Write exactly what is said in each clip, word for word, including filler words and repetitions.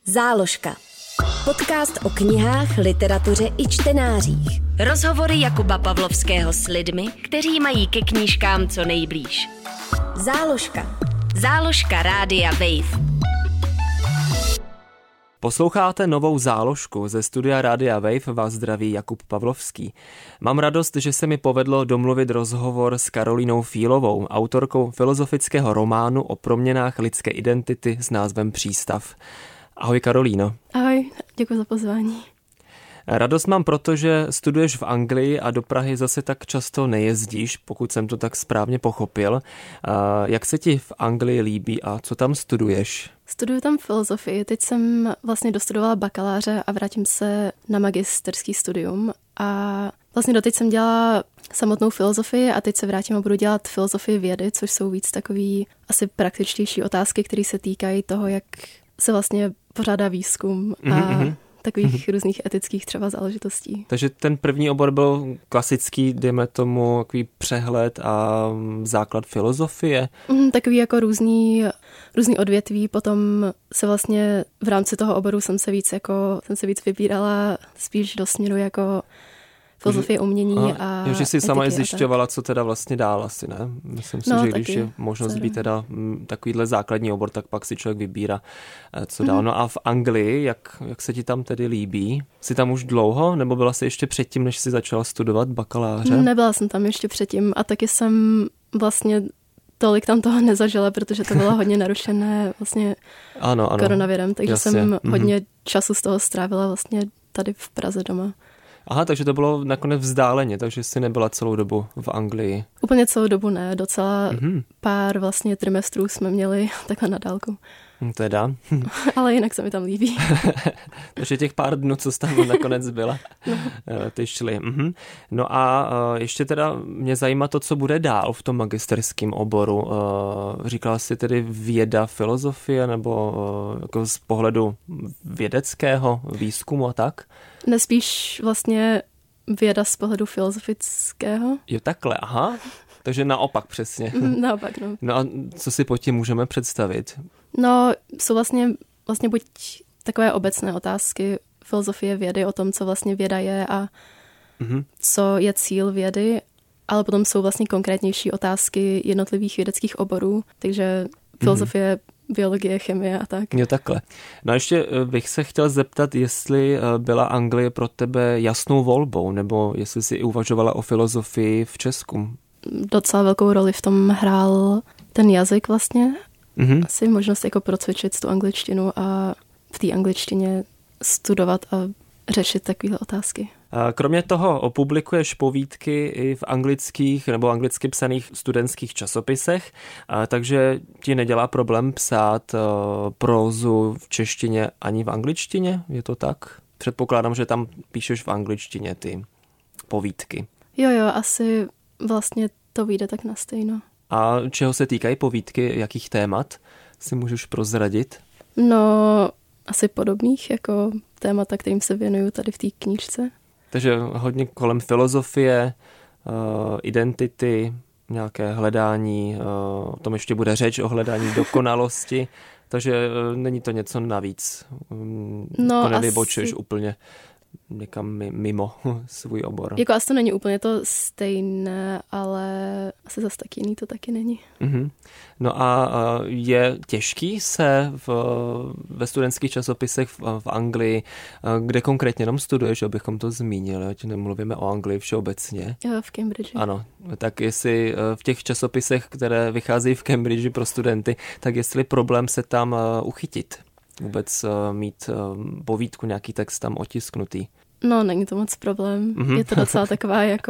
Záložka. Podcast o knihách, literatuře i čtenářích. Rozhovory Jakuba Pavlovského s lidmi, kteří mají ke knížkám co nejblíž. Záložka. Záložka Rádia Wave. Posloucháte novou záložku. Ze studia Rádia Wave vás zdraví Jakub Pavlovský. Mám radost, že se mi povedlo domluvit rozhovor s Karolínou Fílovou, autorkou filozofického románu o proměnách lidské identity s názvem Přístav. Ahoj Karolíno. Ahoj, děkuji za pozvání. Radost mám proto, že studuješ v Anglii a do Prahy zase tak často nejezdíš, pokud jsem to tak správně pochopil. Jak se ti v Anglii líbí a co tam studuješ? Studuju tam filozofii. Teď jsem vlastně dostudovala bakaláře a vrátím se na magisterský studium. A vlastně doteď jsem dělala samotnou filozofii a teď se vrátím a budu dělat filozofii vědy, což jsou víc takový asi praktičtější otázky, které se týkají toho, jak se vlastně pořádá výzkum a mm-hmm. takových různých etických třeba záležitostí. Takže ten první obor byl klasický, dejme tomu, takový přehled a základ filozofie? Mm, takový jako různý, různý odvětví, potom se vlastně v rámci toho oboru jsem se víc jako, jsem se víc vybírala spíš do směru jako filozofie umění a, a jo, že jsi sama zjišťovala, co teda vlastně dál asi, ne? Myslím si, no, že když je možnost být teda takovýhle základní obor, tak pak si člověk vybírá, co dál. Mm. No a v Anglii, jak, jak se ti tam tedy líbí? Jsi tam už dlouho, nebo byla jsi ještě předtím, než jsi začala studovat bakaláře? Nebyla jsem tam ještě předtím a taky jsem vlastně tolik tam toho nezažila, protože to bylo hodně narušené vlastně ano, ano, koronavirem, takže jasně. jsem hodně mm. času z toho strávila vlastně tady v Praze doma. Aha, takže to bylo nakonec vzdáleně, takže jsi nebyla celou dobu v Anglii. Úplně celou dobu ne, docela mm-hmm. pár vlastně trimestrů jsme měli takhle na dálku. Teda. Ale jinak se mi tam líbí. Takže těch pár dnů, co jsi tam nakonec byla, no. ty šly. Mhm. No a ještě teda mě zajímá to, co bude dál v tom magisterském oboru. Říkala jsi tedy věda, filozofie, nebo jako z pohledu vědeckého výzkumu a tak? Nespíš vlastně věda z pohledu filozofického. Jo, takhle, aha. Takže naopak přesně. Naopak, no. No a co si pod tím můžeme představit? No, jsou vlastně, vlastně buď takové obecné otázky filozofie vědy o tom, co vlastně věda je a mm-hmm. co je cíl vědy, ale potom jsou vlastně konkrétnější otázky jednotlivých vědeckých oborů, takže filozofie, mm-hmm. biologie, chemie a tak. Jo, takhle. No a ještě bych se chtěl zeptat, jestli byla Anglie pro tebe jasnou volbou, nebo jestli jsi uvažovala o filozofii v Česku. Docela velkou roli v tom hrál ten jazyk vlastně. Mm-hmm. Asi možnost jako procvičit tu angličtinu a v té angličtině studovat a řešit takovéhle otázky. A kromě toho publikuješ povídky i v anglických nebo anglicky psaných studentských časopisech, a takže ti nedělá problém psát uh, prózu v češtině ani v angličtině? Je to tak? Předpokládám, že tam píšeš v angličtině ty povídky. Jo, jo, asi vlastně to vyjde tak na stejno. A čeho se týkají povídky, jakých témat si můžeš prozradit? No, asi podobných, jako témata, kterým se věnuju tady v té knížce. Takže hodně kolem filozofie, uh, identity, nějaké hledání, uh, o tom ještě bude řeč o hledání dokonalosti, takže uh, není to něco navíc. Um, no, to nevybočuješ asi... úplně někam mimo svůj obor. Jako asi to není úplně to stejné, ale asi zase tak jiný to taky není. Mm-hmm. No a je těžký se v, ve studentských časopisech v, v Anglii, kde konkrétně jenom studuješ, abychom to zmínili, ať nemluvíme o Anglii všeobecně. Jo, v Cambridge. Ano, tak jestli v těch časopisech, které vycházejí v Cambridge pro studenty, tak jestli problém se tam uchytit. Vůbec mít povídku, nějaký text tam otisknutý. No, není to moc problém. Mm-hmm. Je to docela taková jako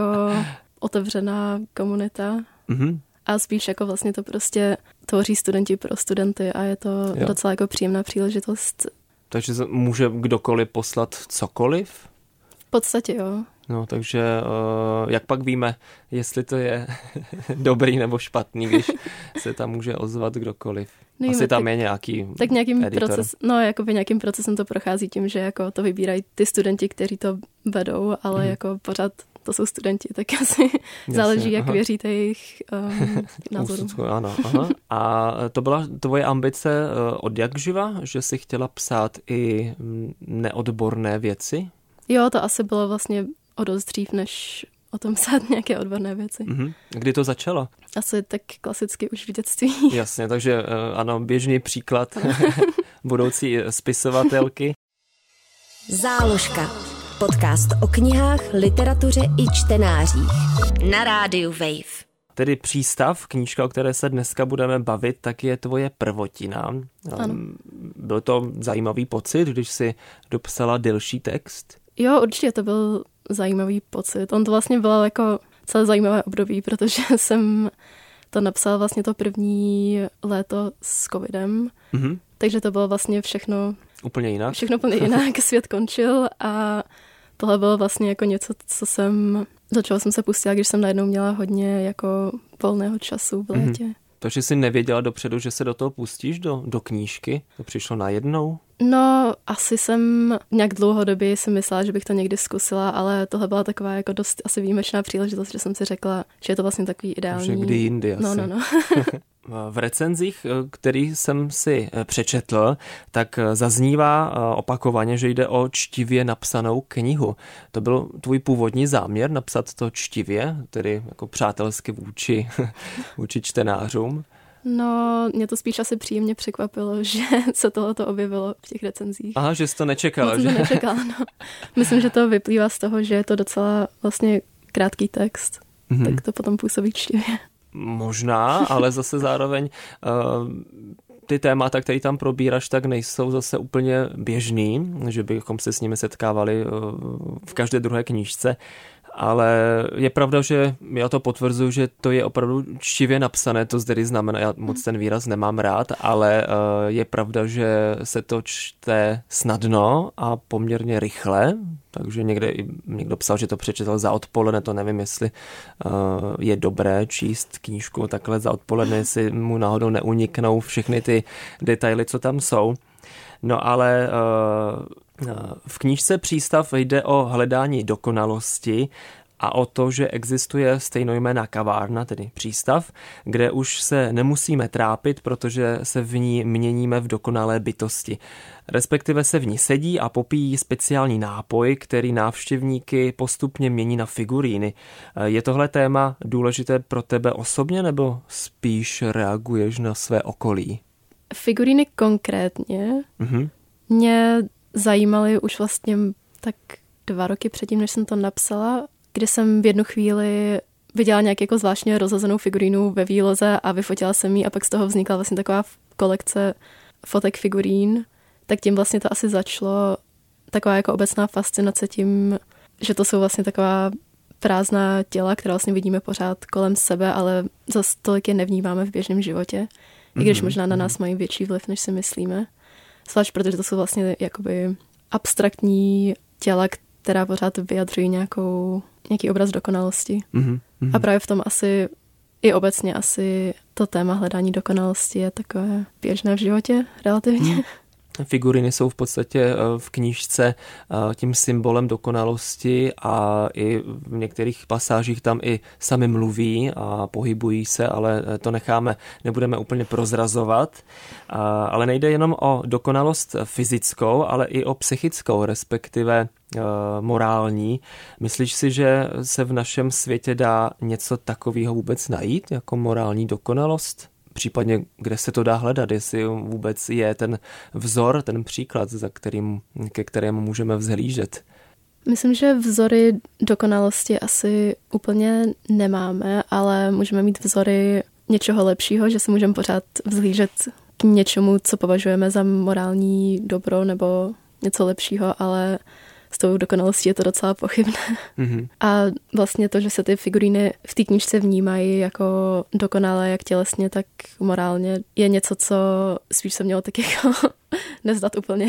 otevřená komunita. Mm-hmm. A spíš jako vlastně to prostě tvoří studenti pro studenty a je to jo. docela jako příjemná příležitost. Takže může kdokoliv poslat cokoliv? V podstatě jo. No, takže uh, jak pak víme, jestli to je dobrý nebo špatný, když se tam může ozvat kdokoliv. Nevíme, Asi tam tak, je nějaký tak nějakým editor. proces, no, jakoby nějakým procesem to prochází tím, že jako to vybírají ty studenti, kteří to vedou, ale mm. jako pořád to jsou studenti, tak asi Jasně, záleží, jak aha. věříte jejich um, názorům. Ano, aha. A to byla tvoje ambice od jak živa, že jsi chtěla psát i neodborné věci? Jo, to asi bylo vlastně o dost dřív, než o tom psát nějaké odborné věci. Mm-hmm. Kdy to začalo? Asi tak klasicky už v dětství. Jasně, takže ano, běžný příklad budoucí spisovatelky. Záložka. Podcast o knihách, literatuře i čtenářích. Na rádiu Wave. Tedy Přístav, knížka, o které se dneska budeme bavit, tak je tvoje prvotina. Ano. Byl to zajímavý pocit, když jsi dopsala delší text? Jo, určitě to byl zajímavý pocit. On to vlastně bylo jako celé zajímavé období, protože jsem to napsala vlastně to první léto s covidem. Mm-hmm. Takže to bylo vlastně všechno úplně jinak. Všechno úplně jinak, svět končil a tohle bylo vlastně jako něco, co jsem, do čeho jsem se pustila, když jsem najednou měla hodně jako volného času v létě. Mm-hmm. Takže jsi nevěděla dopředu, že se do toho pustíš, do, do knížky? To přišlo najednou? No, asi jsem nějak dlouhodobě si myslela, že bych to někdy zkusila, ale tohle byla taková jako dost asi výjimečná příležitost, že jsem si řekla, že je to vlastně takový ideální. Že kdy jindy asi. No, no, no. V recenzích, který jsem si přečetl, tak zaznívá opakovaně, že jde o čtivě napsanou knihu. To byl tvůj původní záměr napsat to čtivě, tedy jako přátelsky vůči, vůči čtenářům? No, mě to spíš asi příjemně překvapilo, že se tohleto objevilo v těch recenzích. Aha, že jsi to nečekala, že? že? to nečekala, no. Myslím, že to vyplývá z toho, že je to docela vlastně krátký text, mm-hmm. tak to potom působí čtivě. Možná, ale zase zároveň uh, ty témata, které tam probíráš, tak nejsou zase úplně běžný, že bychom se s nimi setkávali uh, v každé druhé knížce. Ale je pravda, že já to potvrzuji, že to je opravdu čtivě napsané, to zde znamená, já moc ten výraz nemám rád, ale je pravda, že se to čte snadno a poměrně rychle, takže někde, někdo psal, že to přečetl za odpoledne, to nevím, jestli je dobré číst knížku takhle za odpoledne, jestli mu náhodou neuniknou všechny ty detaily, co tam jsou. No ale v knížce Přístav jde o hledání dokonalosti a o to, že existuje stejnojmenná kavárna, tedy Přístav, kde už se nemusíme trápit, protože se v ní měníme v dokonalé bytosti. Respektive se v ní sedí a popíjí speciální nápoj, který návštěvníky postupně mění na figuríny. Je tohle téma důležité pro tebe osobně, nebo spíš reaguješ na své okolí? Figuríny konkrétně Mm-hmm. mě zajímaly už vlastně tak dva roky předtím, než jsem to napsala, kdy jsem v jednu chvíli viděla nějak jako zvláštně rozhozenou figurínu ve výloze a vyfotila jsem ji a pak z toho vznikla vlastně taková kolekce fotek figurín. Tak tím vlastně to asi začalo, taková jako obecná fascinace tím, že to jsou vlastně taková prázdná těla, která vlastně vidíme pořád kolem sebe, ale zase tolik je nevnímáme v běžném životě. I když možná na nás mají větší vliv, než si myslíme. Zvlášť protože to jsou vlastně jakoby abstraktní těla, která pořád vyjadřují nějakou, nějaký obraz dokonalosti. Mm-hmm. A právě v tom asi, i obecně asi to téma hledání dokonalosti je takové běžné v životě relativně. Mm. Figuriny jsou v podstatě v knížce tím symbolem dokonalosti a i v některých pasážích tam i sami mluví a pohybují se, ale to necháme, nebudeme úplně prozrazovat. Ale nejde jenom o dokonalost fyzickou, ale i o psychickou, respektive morální. Myslíš si, že se v našem světě dá něco takového vůbec najít, jako morální dokonalost? Případně, kde se to dá hledat, jestli vůbec je ten vzor, ten příklad, za kterým, ke kterému můžeme vzhlížet. Myslím, že vzory dokonalosti asi úplně nemáme, ale můžeme mít vzory něčeho lepšího, že se můžeme pořád vzhlížet k něčemu, co považujeme za morální dobro nebo něco lepšího, ale s tou dokonalostí je to docela pochybné. Mm-hmm. A vlastně to, že se ty figuríny v té knížce vnímají jako dokonalé, jak tělesně, tak morálně, je něco, co spíš se mělo tak jako nezdat úplně.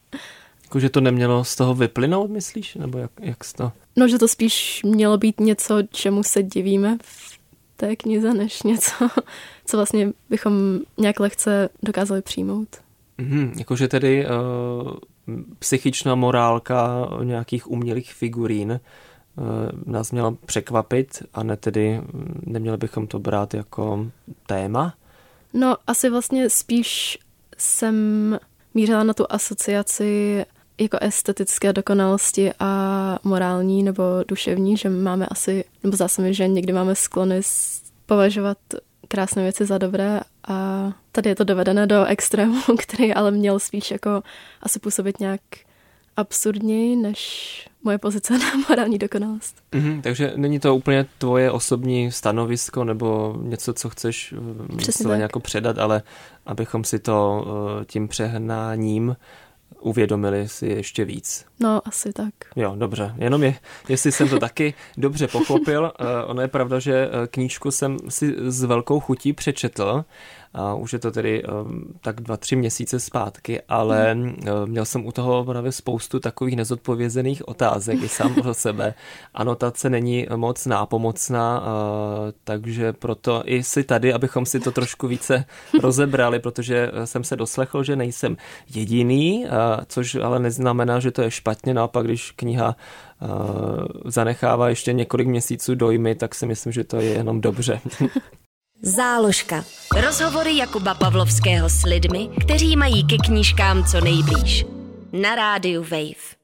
Jako, že to nemělo z toho vyplynout, myslíš? Nebo jak, jak to? No, že to spíš mělo být něco, čemu se divíme v té knize, než něco, co vlastně bychom nějak lehce dokázali přijmout. Mm-hmm. Jakože tedy uh, psychičná morálka nějakých umělých figurín nás mělo překvapit a ne tedy, neměli bychom to brát jako téma? No asi vlastně spíš jsem mířila na tu asociaci jako estetické dokonalosti a morální nebo duševní, že máme asi, nebo zase mi, že někdy máme sklony považovat krásné věci za dobré a tady je to dovedené do extrému, který ale měl spíš jako asi působit nějak absurdněji než moje pozice na morální dokonalost. Mm-hmm, takže není to úplně tvoje osobní stanovisko nebo něco, co chceš mysleně jako předat, ale abychom si to tím přehnáním uvědomili si ještě víc. No, asi tak. Jo, dobře. Jenom je, jestli jsem to taky dobře pochopil. Uh, ono je pravda, že knížku jsem si s velkou chutí přečetl. Uh, už je to tedy um, tak dva, tři měsíce zpátky, ale mm. uh, měl jsem u toho právě spoustu takových nezodpovězených otázek i sám pro sebe. Anotace není moc nápomocná, uh, takže proto i si tady, abychom si to trošku více rozebrali, protože jsem se doslechl, že nejsem jediný, uh, což ale neznamená, že to je špatně. Naopak, když kniha uh, zanechává ještě několik měsíců dojmy, tak si myslím, že to je jenom dobře. Záložka. Rozhovory Jakuba Pavlovského s lidmi, kteří mají ke knížkám co nejblíž. Na rádiu Wave.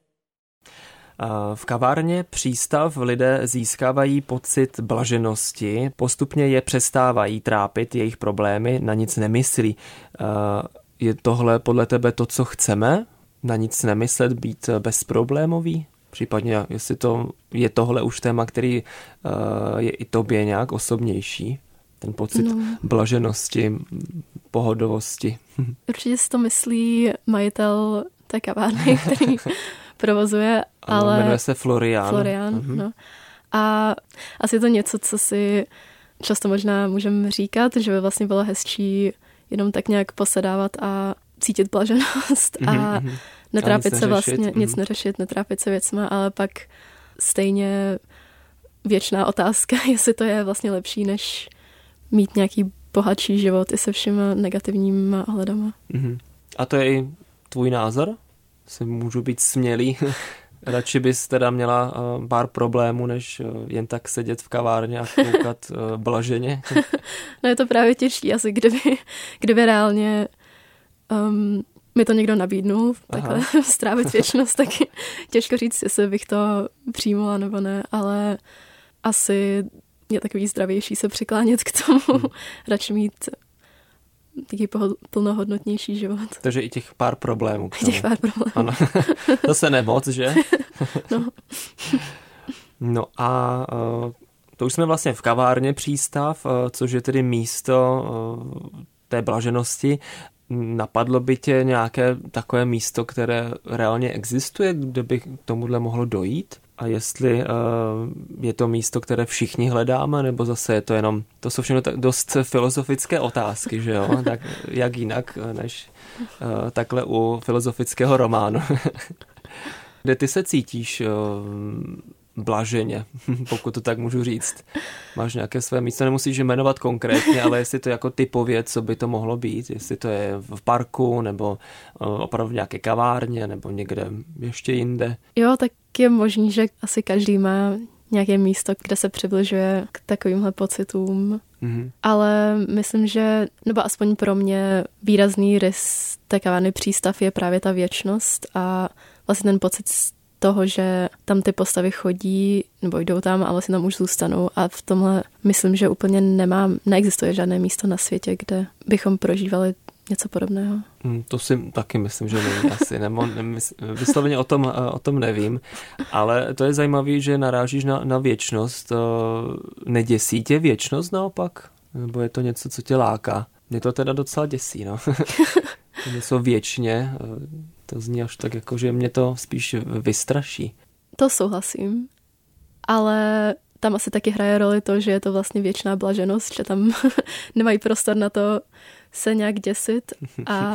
V kavárně Přístav lidé získávají pocit blaženosti, postupně je přestávají trápit jejich problémy, na nic nemyslí. Je tohle podle tebe to, co chceme? Na nic nemyslet, být bezproblémový? Případně, jestli to je tohle už téma, který je i tobě nějak osobnější? Ten pocit no. blaženosti, pohodovosti. Určitě si to myslí majitel té kavárny, který provozuje, ano, ale... jmenuje se Florian. Florian, uh-huh. no. A asi je to něco, co si často možná můžeme říkat, že by vlastně bylo hezčí jenom tak nějak posedávat a cítit blaženost a uh-huh. netrápit a se vlastně, uh-huh. nic neřešit, netrápit se věcma, ale pak stejně věčná otázka, jestli to je vlastně lepší, než mít nějaký bohatší život i se všema negativníma ohledama. Uh-huh. A to je i tvůj názor? Si můžu být smělý? Radši bys teda měla uh, pár problémů, než uh, jen tak sedět v kavárně a koukat uh, blaženě? No je to právě těžší. Asi kdyby, kdyby reálně um, mi to někdo nabídnul, takhle strávit věčnost, tak těžko říct, jestli bych to přijmula nebo ne, ale asi je takový zdravější se přiklánět k tomu, hmm. radši mít taky plnohodnotnější život. Takže i těch pár problémů. Těch pár problémů. Ano. To se nemoc, že? No. No a uh, to už jsme vlastně v kavárně Přístav, uh, což je tedy místo uh, té blaženosti. Napadlo by tě nějaké takové místo, které reálně existuje, kde by k tomuhle mohlo dojít? A jestli uh, je to místo, které všichni hledáme, nebo zase je to jenom, to jsou všechno tak dost filozofické otázky, že jo? Tak jak jinak, než uh, takhle u filozofického románu. Kde ty se cítíš uh, blaženě, pokud to tak můžu říct. Máš nějaké své místo, nemusíš jmenovat konkrétně, ale jestli to je jako typově, co by to mohlo být, jestli to je v parku, nebo uh, opravdu v nějaké kavárně, nebo někde ještě jinde. Jo, tak je možný, že asi každý má nějaké místo, kde se přibližuje k takovýmhle pocitům. Mm-hmm. Ale myslím, že, nebo aspoň pro mě výrazný rys té kavárny Přístav je právě ta věčnost a vlastně ten pocit z toho, že tam ty postavy chodí, nebo jdou tam a vlastně tam už zůstanou a v tomhle myslím, že úplně nemám, neexistuje žádné místo na světě, kde bychom prožívali něco podobného. Hmm, to si taky myslím, že není asi. Nebo, vysloveně o tom, o tom nevím, ale to je zajímavé, že narážíš na, na věčnost. Neděsí tě věčnost naopak? Nebo je to něco, co tě láká? Mě to teda docela děsí, no. Něco věčně, to zní až tak jako, že mě to spíš vystraší. To souhlasím, ale tam asi taky hraje roli to, že je to vlastně věčná blaženost, že tam nemají prostor na to se nějak děsit. A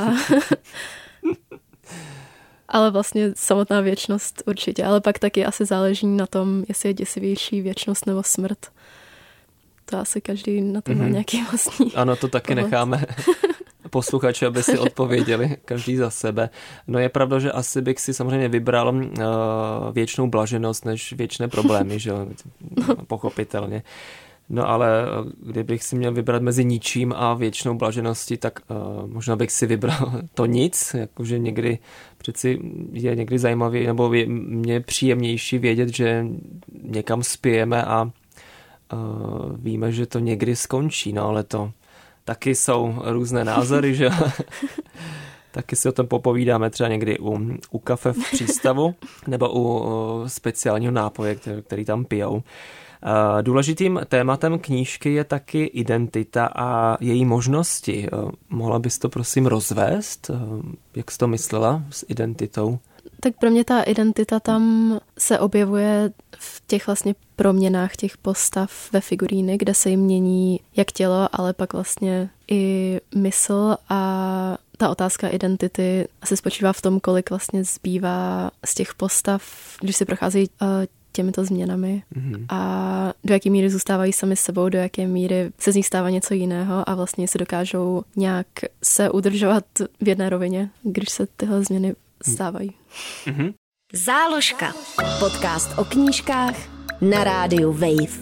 ale vlastně samotná věčnost určitě. Ale pak taky asi záleží na tom, jestli je děsivější věčnost nebo smrt. To asi každý na to má mm-hmm. nějaký vlastní Ano, to taky pohled. necháme posluchači, aby si odpověděli každý za sebe. No je pravda, že asi bych si samozřejmě vybral uh, věčnou blaženost než věčné problémy, že jo, pochopitelně. No ale kdybych si měl vybrat mezi ničím a věčnou blažeností, tak uh, možná bych si vybral to nic, jakože někdy přeci je někdy zajímavý, nebo je, mě příjemnější vědět, že někam spějeme a uh, víme, že to někdy skončí, no ale to taky jsou různé názory, že taky si o tom popovídáme třeba někdy u, u kafe v přístavu nebo u, u speciálního nápoje, který, který tam pijou. Důležitým tématem knížky je taky identita a její možnosti. Mohla bys to prosím rozvést? Jak jsi to myslela s identitou? Tak pro mě ta identita tam se objevuje v těch vlastně proměnách těch postav ve figuríny, kde se jim mění jak tělo, ale pak vlastně i mysl a ta otázka identity asi spočívá v tom, kolik vlastně zbývá z těch postav, když si procházejí těmito změnami mm-hmm. a do jaké míry zůstávají sami sebou, do jaké míry se z nich stává něco jiného a vlastně si dokážou nějak se udržovat v jedné rovině, když se tyhle změny stávají. Mm-hmm. Záložka. Podcast o knížkách na rádiu Wave.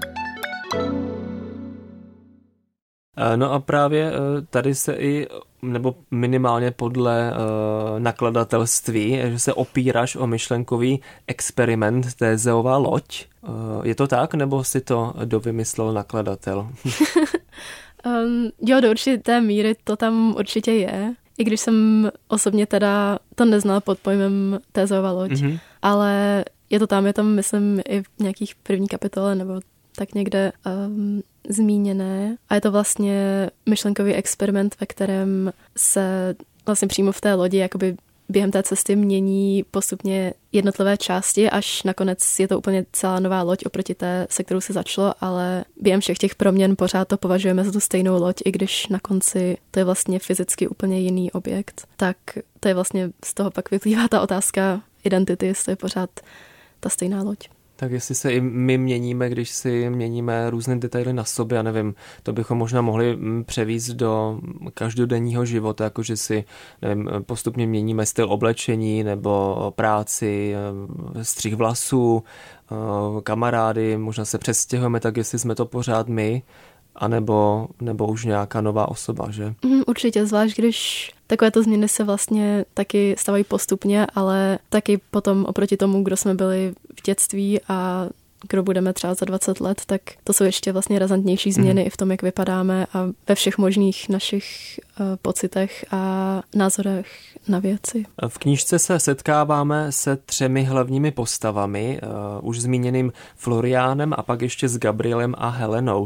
No a právě tady se i, nebo minimálně podle uh, nakladatelství, že se opíráš o myšlenkový experiment Tézeova loď. Uh, je to tak, nebo si to dovymyslel nakladatel? um, jo, do určité míry to tam určitě je. I když jsem osobně teda to neznala pod pojmem Tézeova loď, mm-hmm. ale je to tam, je tam, myslím, i v nějakých první kapitole, nebo tak někde um, zmíněné. A je to vlastně myšlenkový experiment, ve kterém se vlastně přímo v té lodi jakoby během té cesty mění postupně jednotlivé části, až nakonec je to úplně celá nová loď oproti té, se kterou se začalo, ale během všech těch proměn pořád to považujeme za tu stejnou loď, i když na konci to je vlastně fyzicky úplně jiný objekt. Tak to je vlastně z toho pak vyplývá ta otázka identity, jestli je pořád ta stejná loď. Tak jestli se i my měníme, když si měníme různé detaily na sobě, já nevím, to bychom možná mohli převízt do každodenního života, jakože si nevím, postupně měníme styl oblečení nebo práci, střih vlasů, kamarády, možná se přestěhujeme, tak jestli jsme to pořád my, anebo nebo už nějaká nová osoba, že? Mm, určitě, zvlášť když takovéto změny se vlastně taky stávají postupně, ale taky potom oproti tomu, kdo jsme byli v dětství a kdo budeme třeba za dvacet let, tak to jsou ještě vlastně razantnější změny mm. i v tom, jak vypadáme a ve všech možných našich uh, pocitech a názorech na věci. V knížce se setkáváme se třemi hlavními postavami, uh, už zmíněným Floriánem a pak ještě s Gabrielem a Helenou. Uh,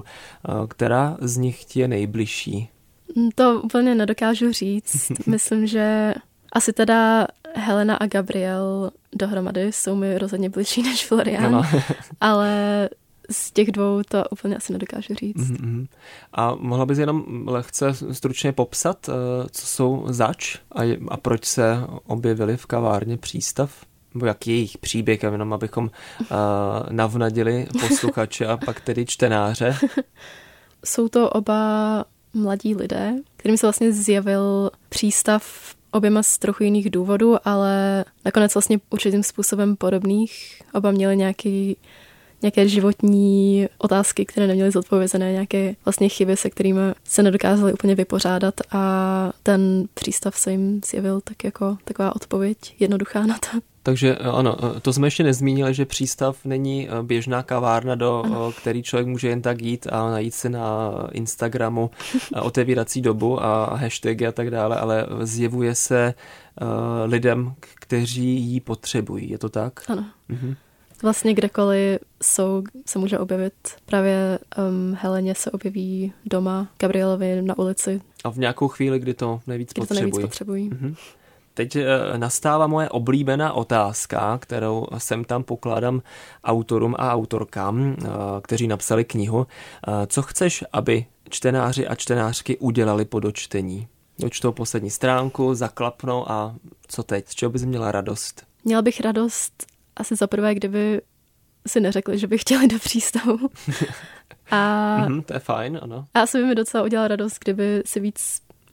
která z nich ti je nejbližší? To úplně nedokážu říct. Myslím, že asi teda Helena a Gabriel dohromady jsou mi rozhodně bližší než Florian, no. Ale z těch dvou to úplně asi nedokážu říct. Mm-hmm. A mohla bys jenom lehce stručně popsat, co jsou zač a, a proč se objevili v kavárně Přístav? Nebo jaký je jejich příběh, jenom abychom uh, navnadili posluchače a pak tedy čtenáře. Jsou to oba mladí lidé, kterým se vlastně zjevil Přístav oběma z trochu jiných důvodů, ale nakonec vlastně určitým způsobem podobných. Oba měli nějaký, nějaké životní otázky, které neměly zodpovězené, nějaké vlastně chyby, se kterými se nedokázali úplně vypořádat a ten Přístav se jim zjevil tak jako taková odpověď jednoduchá na to. Takže ano, to jsme ještě nezmínili, že Přístav není běžná kavárna, do ano. který člověk může jen tak jít a najít si na Instagramu otevírací dobu a hashtagy a tak dále, ale zjevuje se uh, lidem, kteří ji potřebují. Je to tak? Ano. Mhm. Vlastně kdekoliv jsou, se může objevit. Právě um, Heleně se objeví doma, Gabrielovi na ulici. A v nějakou chvíli, kdy to nejvíc kdy potřebují. To nejvíc potřebují. Mhm. Teď nastává moje oblíbená otázka, kterou sem tam pokládám autorům a autorkám, kteří napsali knihu. Co chceš, aby čtenáři a čtenářky udělali po dočtení? Dočtou poslední stránku, zaklapnou a co teď? Z čeho bys měla radost? Měla bych radost asi za prvé, kdyby si neřekli, že by chtěli do Přístavu. A mm, to je fajn, ano. A asi by mi docela udělala radost, kdyby si víc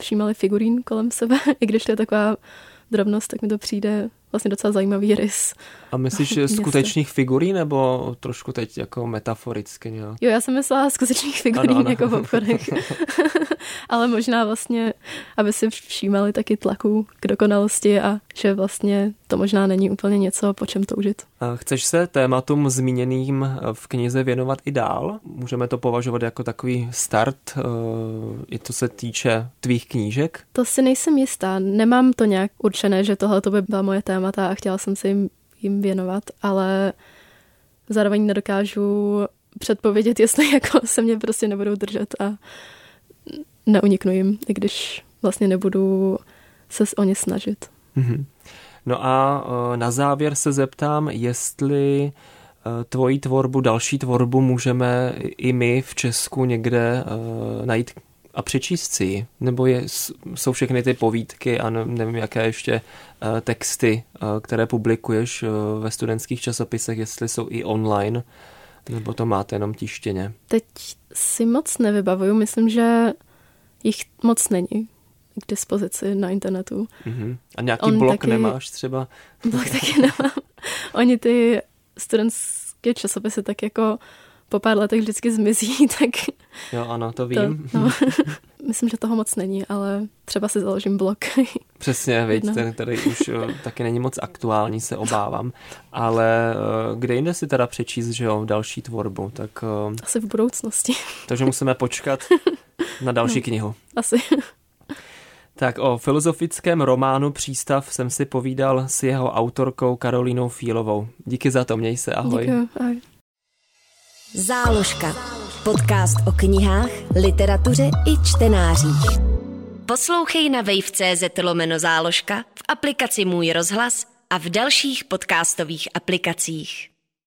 všímali figurín kolem sebe, i když to je taková drobnost, tak mi to přijde vlastně docela zajímavý rys. A myslíš skutečných figurín, nebo trošku teď jako metaforicky nějak? Jo, já jsem myslela skutečných figurín ano, ano. jako v obchodech. Ale možná vlastně, aby si všímali taky tlaku k dokonalosti a že vlastně to možná není úplně něco, po čem toužit. A chceš se tématům zmíněným v knize věnovat i dál? Můžeme to považovat jako takový start, i to se týče tvých knížek? To si nejsem jistá. Nemám to nějak určené, že tohle to by byla moje témata a chtěla jsem se jim, jim věnovat, ale zároveň nedokážu předpovědět, jestli jako se mě prostě nebudou držet a neuniknu jim, i když vlastně nebudu se o ně snažit. Mm-hmm. No a na závěr se zeptám, jestli tvoji tvorbu, další tvorbu můžeme i my v Česku někde najít a přečíst si ji? Nebo je, jsou všechny ty povídky a nevím, jaké ještě texty, které publikuješ ve studentských časopisech, jestli jsou i online, nebo to máte jenom tištěně? Teď si moc nevybavuju, myslím, že jich moc není k dispozici na internetu. Uh-huh. A nějaký On blog taky, nemáš třeba? Blog taky nemám. Oni ty studentské časopisy tak jako po pár letech vždycky zmizí, tak... Jo, ano, to vím. To, no, myslím, že toho moc není, ale třeba si založím blog. Přesně, viď, no. ten tady už taky není moc aktuální, se obávám. Ale kde jinde si teda přečíst, že jo, další tvorbu? Tak, asi v budoucnosti. Takže musíme počkat na další no, knihu. Asi. Tak o filozofickém románu Přístav jsem si povídal s jeho autorkou Karolínou Fílovou. Díky za to, měj se, ahoj. Díky, ahoj. Záložka. Podcast o knihách, literatuře i čtenářích. Poslouchej na wave.cz lomeno záložka, v aplikaci Můj rozhlas a v dalších podcastových aplikacích.